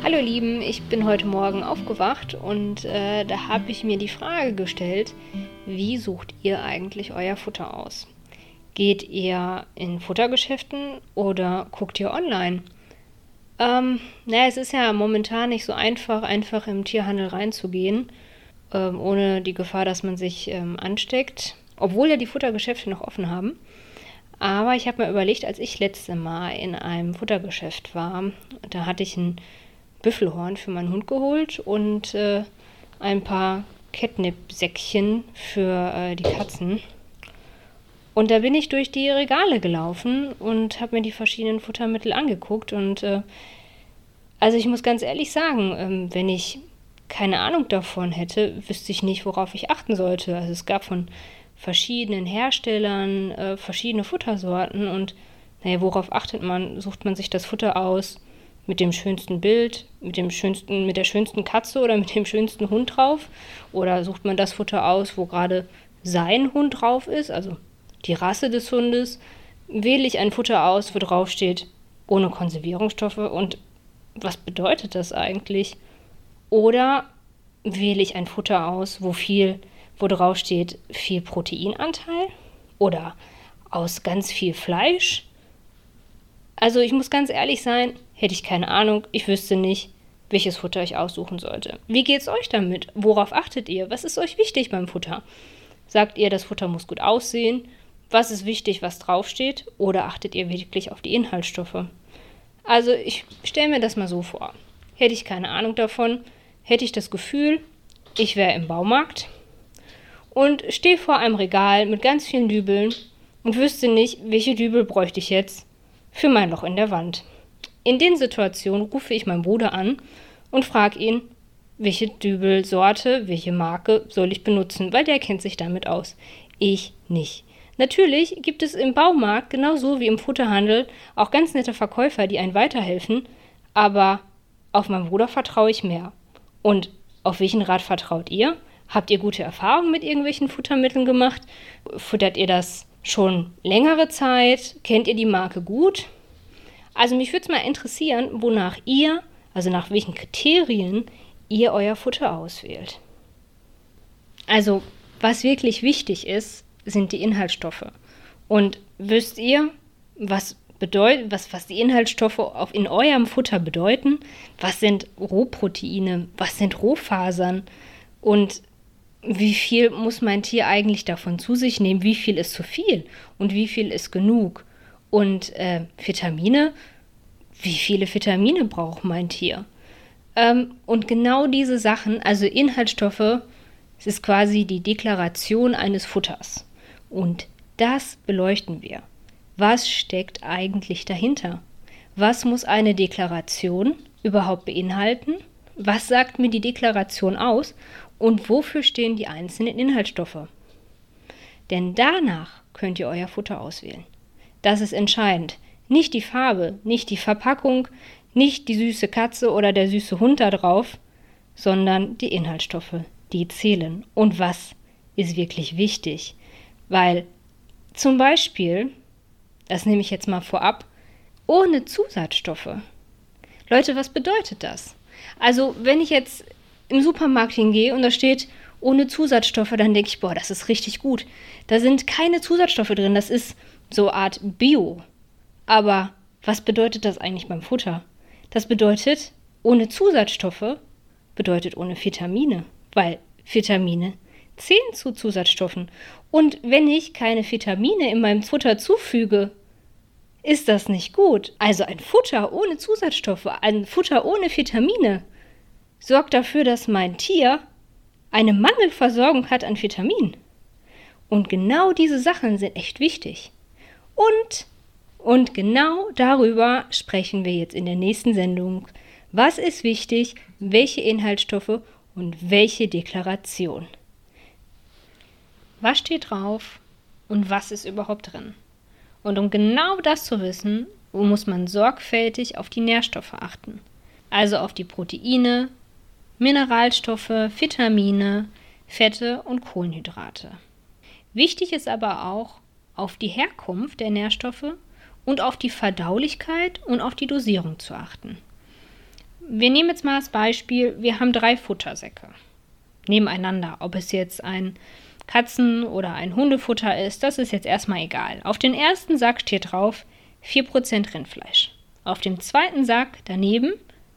Hallo ihr Lieben, ich bin heute Morgen aufgewacht und da habe ich mir die Frage gestellt, wie sucht ihr eigentlich euer Futter aus? Geht ihr in Futtergeschäften oder guckt ihr online? Es ist ja momentan nicht so einfach im Tierhandel reinzugehen, ohne die Gefahr, dass man sich ansteckt, obwohl ja die Futtergeschäfte noch offen haben. Aber ich habe mir überlegt, als ich letzte Mal in einem Futtergeschäft war, da hatte ich ein Büffelhorn für meinen Hund geholt und ein paar Catnip-Säckchen für die Katzen. Und da bin ich durch die Regale gelaufen und habe mir die verschiedenen Futtermittel angeguckt. Und also ich muss ganz ehrlich sagen, wenn ich keine Ahnung davon hätte, wüsste ich nicht, worauf ich achten sollte. Also es gab von verschiedenen Herstellern verschiedene Futtersorten und worauf achtet man? Sucht man sich das Futter aus mit dem schönsten Bild, mit der schönsten Katze oder mit dem schönsten Hund drauf? Oder sucht man das Futter aus, wo gerade sein Hund drauf ist, also die Rasse des Hundes? Wähle ich ein Futter aus, wo drauf steht, ohne Konservierungsstoffe? Und was bedeutet das eigentlich? Oder wähle ich ein Futter aus, wo drauf steht, viel Proteinanteil oder aus ganz viel Fleisch? Also ich muss ganz ehrlich sein, hätte ich keine Ahnung, ich wüsste nicht, welches Futter ich aussuchen sollte. Wie geht's euch damit? Worauf achtet ihr? Was ist euch wichtig beim Futter? Sagt ihr, das Futter muss gut aussehen? Was ist wichtig, was draufsteht? Oder achtet ihr wirklich auf die Inhaltsstoffe? Also ich stelle mir das mal so vor. Hätte ich keine Ahnung davon, hätte ich das Gefühl, ich wäre im Baumarkt und stehe vor einem Regal mit ganz vielen Dübeln und wüsste nicht, welche Dübel bräuchte ich jetzt für mein Loch in der Wand. In den Situationen rufe ich meinen Bruder an und frage ihn, welche Dübelsorte, welche Marke soll ich benutzen, weil der kennt sich damit aus. Ich nicht. Natürlich gibt es im Baumarkt, genauso wie im Futterhandel, auch ganz nette Verkäufer, die einen weiterhelfen, aber auf meinen Bruder vertraue ich mehr. Und auf welchen Rat vertraut ihr? Habt ihr gute Erfahrungen mit irgendwelchen Futtermitteln gemacht? Futtert ihr das schon längere Zeit? Kennt ihr die Marke gut? Also mich würde es mal interessieren, wonach ihr, also nach welchen Kriterien ihr euer Futter auswählt. Also was wirklich wichtig ist, sind die Inhaltsstoffe. Und wisst ihr, was die Inhaltsstoffe in eurem Futter bedeuten? Was sind Rohproteine? Was sind Rohfasern? Und wie viel muss mein Tier eigentlich davon zu sich nehmen? Wie viel ist zu viel? Und wie viel ist genug? Und Vitamine? Wie viele Vitamine braucht mein Tier? Und genau diese Sachen, also Inhaltsstoffe, es ist quasi die Deklaration eines Futters. Und das beleuchten wir. Was steckt eigentlich dahinter? Was muss eine Deklaration überhaupt beinhalten? Was sagt mir die Deklaration aus? Und wofür stehen die einzelnen Inhaltsstoffe? Denn danach könnt ihr euer Futter auswählen. Das ist entscheidend. Nicht die Farbe, nicht die Verpackung, nicht die süße Katze oder der süße Hund da drauf, sondern die Inhaltsstoffe, die zählen. Und was ist wirklich wichtig? Weil zum Beispiel, das nehme ich jetzt mal vorab, ohne Zusatzstoffe. Leute, was bedeutet das? Also wenn ich jetzt im Supermarkt hingehe und da steht ohne Zusatzstoffe, dann denke ich, boah, das ist richtig gut. Da sind keine Zusatzstoffe drin, das ist so eine Art Bio. Aber was bedeutet das eigentlich beim Futter? Das bedeutet, ohne Zusatzstoffe bedeutet ohne Vitamine, weil Vitamine zählen zu Zusatzstoffen. Und wenn ich keine Vitamine in meinem Futter zufüge, ist das nicht gut. Also ein Futter ohne Zusatzstoffe, ein Futter ohne Vitamine sorgt dafür, dass mein Tier eine Mangelversorgung hat an Vitaminen. Und genau diese Sachen sind echt wichtig. Und genau darüber sprechen wir jetzt in der nächsten Sendung. Was ist wichtig, welche Inhaltsstoffe und welche Deklaration? Was steht drauf und was ist überhaupt drin? Und um genau das zu wissen, muss man sorgfältig auf die Nährstoffe achten. Also auf die Proteine, Mineralstoffe, Vitamine, Fette und Kohlenhydrate. Wichtig ist aber auch, auf die Herkunft der Nährstoffe und auf die Verdaulichkeit und auf die Dosierung zu achten. wir nehmen jetzt mal das Beispiel, wir haben 3 Futtersäcke nebeneinander. Ob es jetzt ein Katzen- oder ein Hundefutter ist, das ist jetzt erstmal egal. Auf den ersten Sack steht drauf 4% Rindfleisch. Auf dem zweiten Sack daneben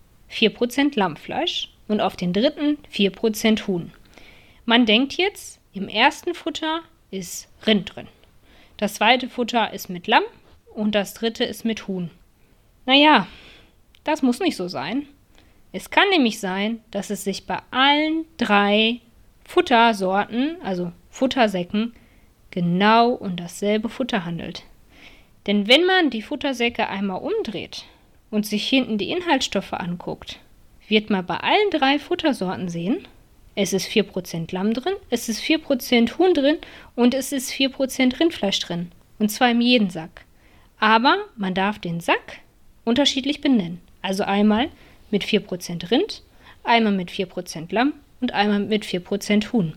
4% Lammfleisch und auf den dritten 4% Huhn. Man denkt jetzt, im ersten Futter ist Rind drin. Das zweite Futter ist mit Lamm und das dritte ist mit Huhn. Naja, das muss nicht so sein. Es kann nämlich sein, dass es sich bei allen 3 Futtersorten, also Futtersäcken, genau um dasselbe Futter handelt. Denn wenn man die Futtersäcke einmal umdreht und sich hinten die Inhaltsstoffe anguckt, wird man bei allen 3 Futtersorten sehen, es ist 4% Lamm drin, es ist 4% Huhn drin und es ist 4% Rindfleisch drin. Und zwar in jedem Sack. Aber man darf den Sack unterschiedlich benennen. Also einmal mit 4% Rind, einmal mit 4% Lamm und einmal mit 4% Huhn.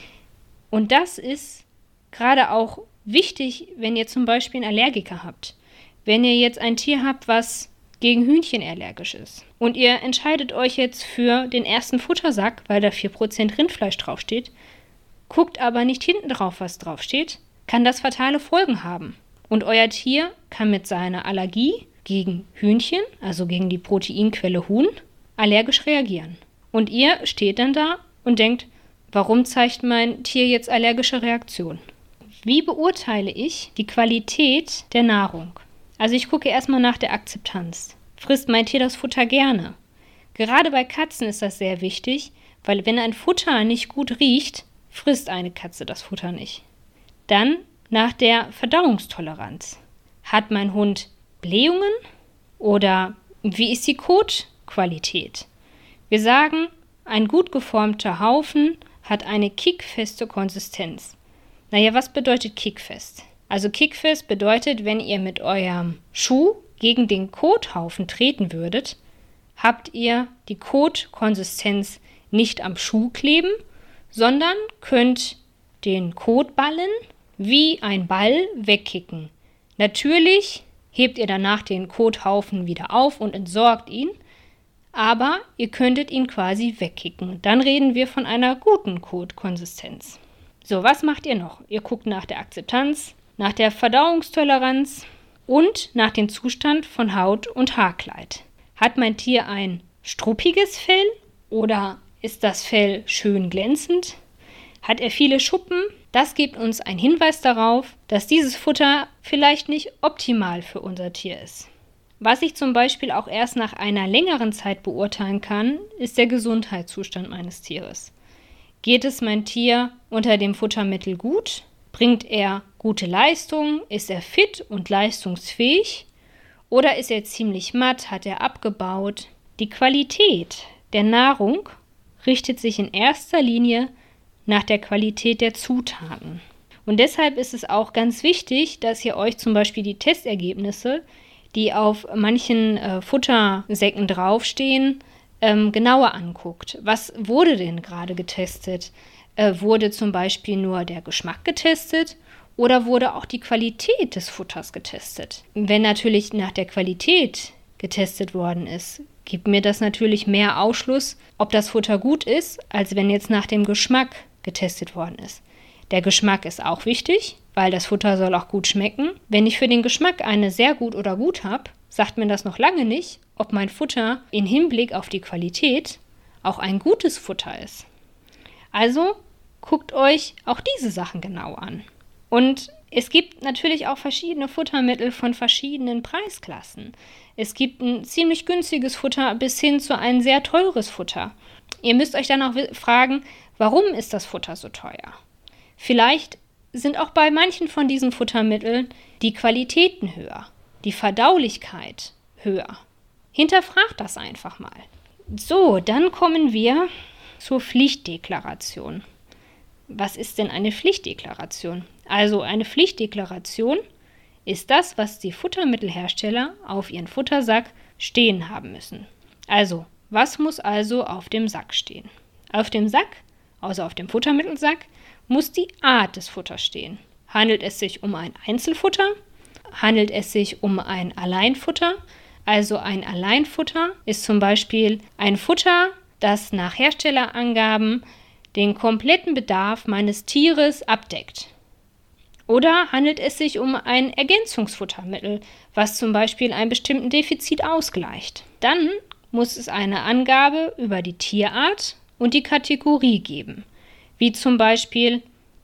Und das ist gerade auch wichtig, wenn ihr zum Beispiel einen Allergiker habt. Wenn ihr jetzt ein Tier habt, was gegen Hühnchen allergisch ist und ihr entscheidet euch jetzt für den ersten Futtersack, weil da 4% Rindfleisch draufsteht, guckt aber nicht hinten drauf, was draufsteht, kann das fatale Folgen haben. Und euer Tier kann mit seiner Allergie gegen Hühnchen, also gegen die Proteinquelle Huhn, allergisch reagieren. Und ihr steht dann da und denkt, warum zeigt mein Tier jetzt allergische Reaktion? Wie beurteile ich die Qualität der Nahrung? Also ich gucke erstmal nach der Akzeptanz. Frisst mein Tier das Futter gerne? Gerade bei Katzen ist das sehr wichtig, weil wenn ein Futter nicht gut riecht, frisst eine Katze das Futter nicht. Dann nach der Verdauungstoleranz. Hat mein Hund Blähungen oder wie ist die Kotqualität? Wir sagen, ein gut geformter Haufen hat eine kickfeste Konsistenz. Naja, was bedeutet kickfest? Also kickfest bedeutet, wenn ihr mit eurem Schuh gegen den Kothaufen treten würdet, habt ihr die Kotkonsistenz nicht am Schuh kleben, sondern könnt den Kotballen wie ein Ball wegkicken. Natürlich hebt ihr danach den Kothaufen wieder auf und entsorgt ihn, aber ihr könntet ihn quasi wegkicken. Dann reden wir von einer guten Kotkonsistenz. So, was macht ihr noch? Ihr guckt nach der Akzeptanz, nach der Verdauungstoleranz und nach dem Zustand von Haut und Haarkleid. Hat mein Tier ein struppiges Fell oder ist das Fell schön glänzend? Hat er viele Schuppen? Das gibt uns einen Hinweis darauf, dass dieses Futter vielleicht nicht optimal für unser Tier ist. Was ich zum Beispiel auch erst nach einer längeren Zeit beurteilen kann, ist der Gesundheitszustand meines Tieres. Geht es mein Tier unter dem Futtermittel gut? Bringt er gute Leistung? Ist er fit und leistungsfähig? Oder ist er ziemlich matt? Hat er abgebaut? Die Qualität der Nahrung richtet sich in erster Linie nach der Qualität der Zutaten. Und deshalb ist es auch ganz wichtig, dass ihr euch zum Beispiel die Testergebnisse, die auf manchen Futtersäcken draufstehen, genauer anguckt. Was wurde denn gerade getestet? Wurde zum Beispiel nur der Geschmack getestet oder wurde auch die Qualität des Futters getestet? Wenn natürlich nach der Qualität getestet worden ist, gibt mir das natürlich mehr Aufschluss, ob das Futter gut ist, als wenn jetzt nach dem Geschmack getestet worden ist. Der Geschmack ist auch wichtig, weil das Futter soll auch gut schmecken. Wenn ich für den Geschmack eine sehr gut oder gut habe, sagt mir das noch lange nicht, ob mein Futter im Hinblick auf die Qualität auch ein gutes Futter ist. Also guckt euch auch diese Sachen genau an. Und es gibt natürlich auch verschiedene Futtermittel von verschiedenen Preisklassen. Es gibt ein ziemlich günstiges Futter bis hin zu ein sehr teures Futter. Ihr müsst euch dann auch fragen, warum ist das Futter so teuer? Vielleicht sind auch bei manchen von diesen Futtermitteln die Qualitäten höher, die Verdaulichkeit höher. Hinterfragt das einfach mal. So, dann kommen wir zur Pflichtdeklaration. Was ist denn eine Pflichtdeklaration? Also eine Pflichtdeklaration ist das, was die Futtermittelhersteller auf ihren Futtersack stehen haben müssen. Also, was muss also auf dem Sack stehen? Auf dem Sack, also auf dem Futtermittelsack, muss die Art des Futters stehen. Handelt es sich um ein Einzelfutter? Handelt es sich um ein Alleinfutter? Also ein Alleinfutter ist zum Beispiel ein Futter, das nach Herstellerangaben den kompletten Bedarf meines Tieres abdeckt. Oder handelt es sich um ein Ergänzungsfuttermittel, was zum Beispiel ein bestimmtes Defizit ausgleicht? Dann muss es eine Angabe über die Tierart und die Kategorie geben, wie zum Beispiel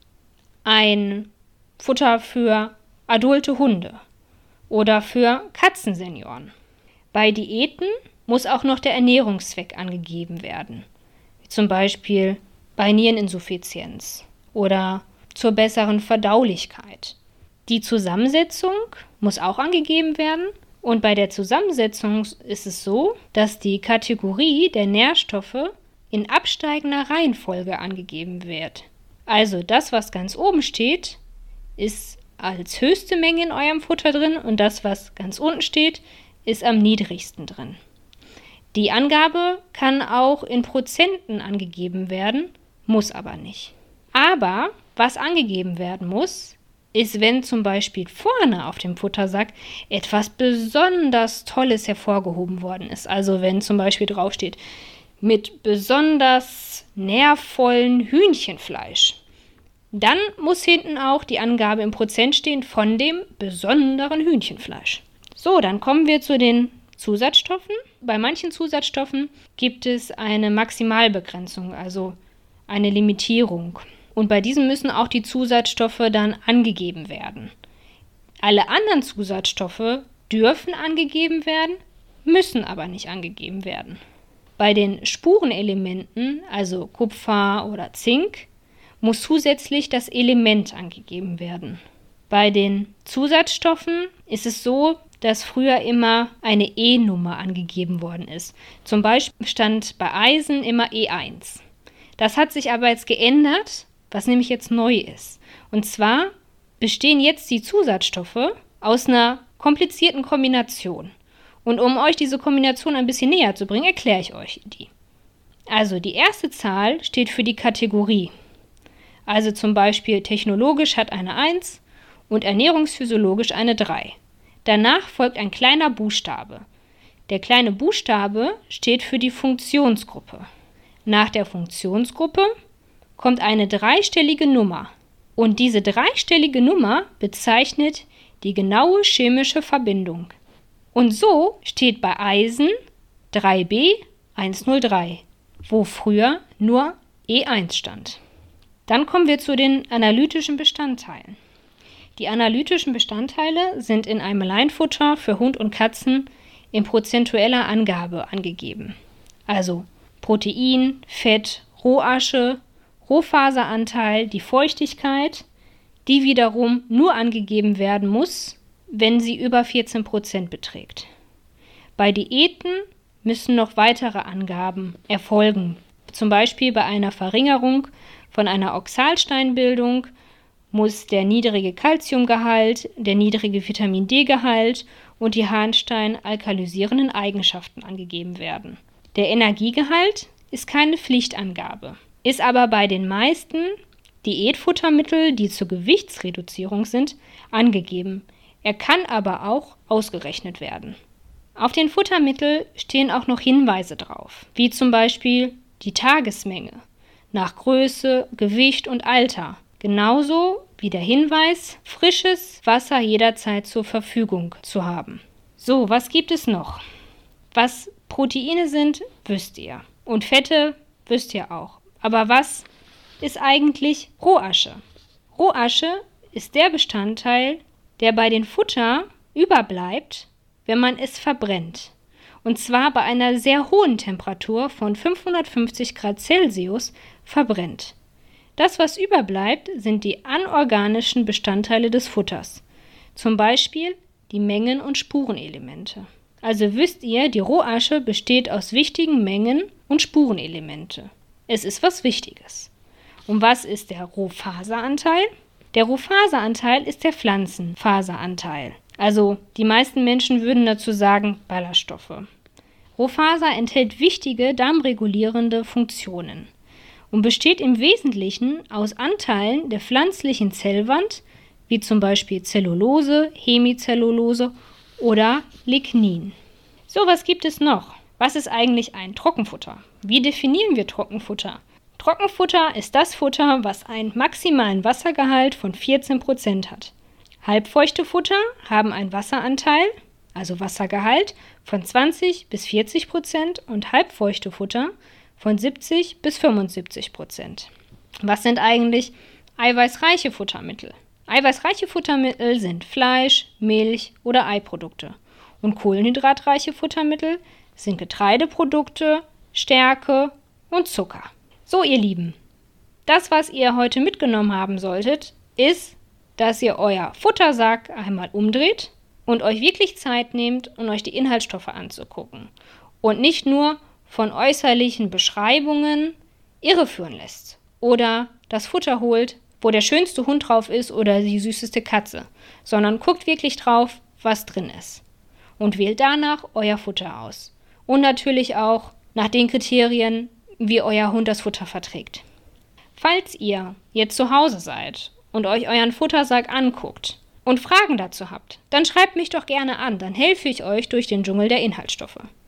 ein Futter für adulte Hunde oder für Katzensenioren. Bei Diäten muss auch noch der Ernährungszweck angegeben werden, wie zum Beispiel bei Niereninsuffizienz oder zur besseren Verdaulichkeit. Die Zusammensetzung muss auch angegeben werden und bei der Zusammensetzung ist es so, dass die Kategorie der Nährstoffe in absteigender Reihenfolge angegeben wird. Also das, was ganz oben steht, ist als höchste Menge in eurem Futter drin und das, was ganz unten steht, ist am niedrigsten drin. Die Angabe kann auch in Prozenten angegeben werden, muss aber nicht. Aber was angegeben werden muss, ist, wenn zum Beispiel vorne auf dem Futtersack etwas besonders Tolles hervorgehoben worden ist. Also wenn zum Beispiel draufsteht, mit besonders nährvollen Hühnchenfleisch. Dann muss hinten auch die Angabe im Prozent stehen von dem besonderen Hühnchenfleisch. So, dann kommen wir zu den Zusatzstoffen. Bei manchen Zusatzstoffen gibt es eine Maximalbegrenzung, also eine Limitierung. Und bei diesen müssen auch die Zusatzstoffe dann angegeben werden. Alle anderen Zusatzstoffe dürfen angegeben werden, müssen aber nicht angegeben werden. Bei den Spurenelementen, also Kupfer oder Zink, muss zusätzlich das Element angegeben werden. Bei den Zusatzstoffen ist es so, dass früher immer eine E-Nummer angegeben worden ist. Zum Beispiel stand bei Eisen immer E1. Das hat sich aber jetzt geändert, was nämlich jetzt neu ist. Und zwar bestehen jetzt die Zusatzstoffe aus einer komplizierten Kombination. Und um euch diese Kombination ein bisschen näher zu bringen, erkläre ich euch die. Also die erste Zahl steht für die Kategorie. Also zum Beispiel technologisch hat eine 1 und ernährungsphysiologisch eine 3. Danach folgt ein kleiner Buchstabe. Der kleine Buchstabe steht für die Funktionsgruppe. Nach der Funktionsgruppe kommt eine dreistellige Nummer. Und diese dreistellige Nummer bezeichnet die genaue chemische Verbindung. Und so steht bei Eisen 3B 103, wo früher nur E1 stand. Dann kommen wir zu den analytischen Bestandteilen. Die analytischen Bestandteile sind in einem Alleinfutter für Hund und Katzen in prozentueller Angabe angegeben. Also Protein, Fett, Rohasche, Rohfaseranteil, die Feuchtigkeit, die wiederum nur angegeben werden muss, wenn sie über 14% beträgt. Bei Diäten müssen noch weitere Angaben erfolgen. Zum Beispiel bei einer Verringerung von einer Oxalsteinbildung muss der niedrige Calciumgehalt, der niedrige Vitamin-D-Gehalt und die harnstein-alkalisierenden Eigenschaften angegeben werden. Der Energiegehalt ist keine Pflichtangabe, ist aber bei den meisten Diätfuttermitteln, die zur Gewichtsreduzierung sind, angegeben. Er kann aber auch ausgerechnet werden. Auf den Futtermitteln stehen auch noch Hinweise drauf, wie zum Beispiel die Tagesmenge nach Größe, Gewicht und Alter. Genauso wie der Hinweis, frisches Wasser jederzeit zur Verfügung zu haben. So, was gibt es noch? Was Proteine sind, wisst ihr. Und Fette wisst ihr auch. Aber was ist eigentlich Rohasche? Rohasche ist der Bestandteil, der bei den Futter überbleibt, wenn man es verbrennt. Und zwar bei einer sehr hohen Temperatur von 550 Grad Celsius verbrennt. Das, was überbleibt, sind die anorganischen Bestandteile des Futters. Zum Beispiel die Mengen- und Spurenelemente. Also wisst ihr, die Rohasche besteht aus wichtigen Mengen und Spurenelemente. Es ist was Wichtiges. Und was ist der Rohfaseranteil? Der Rohfaseranteil ist der Pflanzenfaseranteil. Also die meisten Menschen würden dazu sagen Ballaststoffe. Rohfaser enthält wichtige darmregulierende Funktionen und besteht im Wesentlichen aus Anteilen der pflanzlichen Zellwand, wie zum Beispiel Zellulose, Hemicellulose oder Lignin. So, was gibt es noch? Was ist eigentlich ein Trockenfutter? Wie definieren wir Trockenfutter? Trockenfutter ist das Futter, was einen maximalen Wassergehalt von 14% hat. Halbfeuchte Futter haben einen Wasseranteil, also Wassergehalt, von 20-40% und halbfeuchte Futter von 70-75%. Was sind eigentlich eiweißreiche Futtermittel? Eiweißreiche Futtermittel sind Fleisch, Milch oder Eiprodukte. Und kohlenhydratreiche Futtermittel sind Getreideprodukte, Stärke und Zucker. So, ihr Lieben, das, was ihr heute mitgenommen haben solltet, ist, dass ihr euer Futtersack einmal umdreht und euch wirklich Zeit nehmt, um euch die Inhaltsstoffe anzugucken. Und nicht nur von äußerlichen Beschreibungen irreführen lässt. Oder das Futter holt, wo der schönste Hund drauf ist oder die süßeste Katze. Sondern guckt wirklich drauf, was drin ist. Und wählt danach euer Futter aus. Und natürlich auch nach den Kriterien, wie euer Hund das Futter verträgt. Falls ihr jetzt zu Hause seid und euch euren Futtersack anguckt und Fragen dazu habt, dann schreibt mich doch gerne an, dann helfe ich euch durch den Dschungel der Inhaltsstoffe.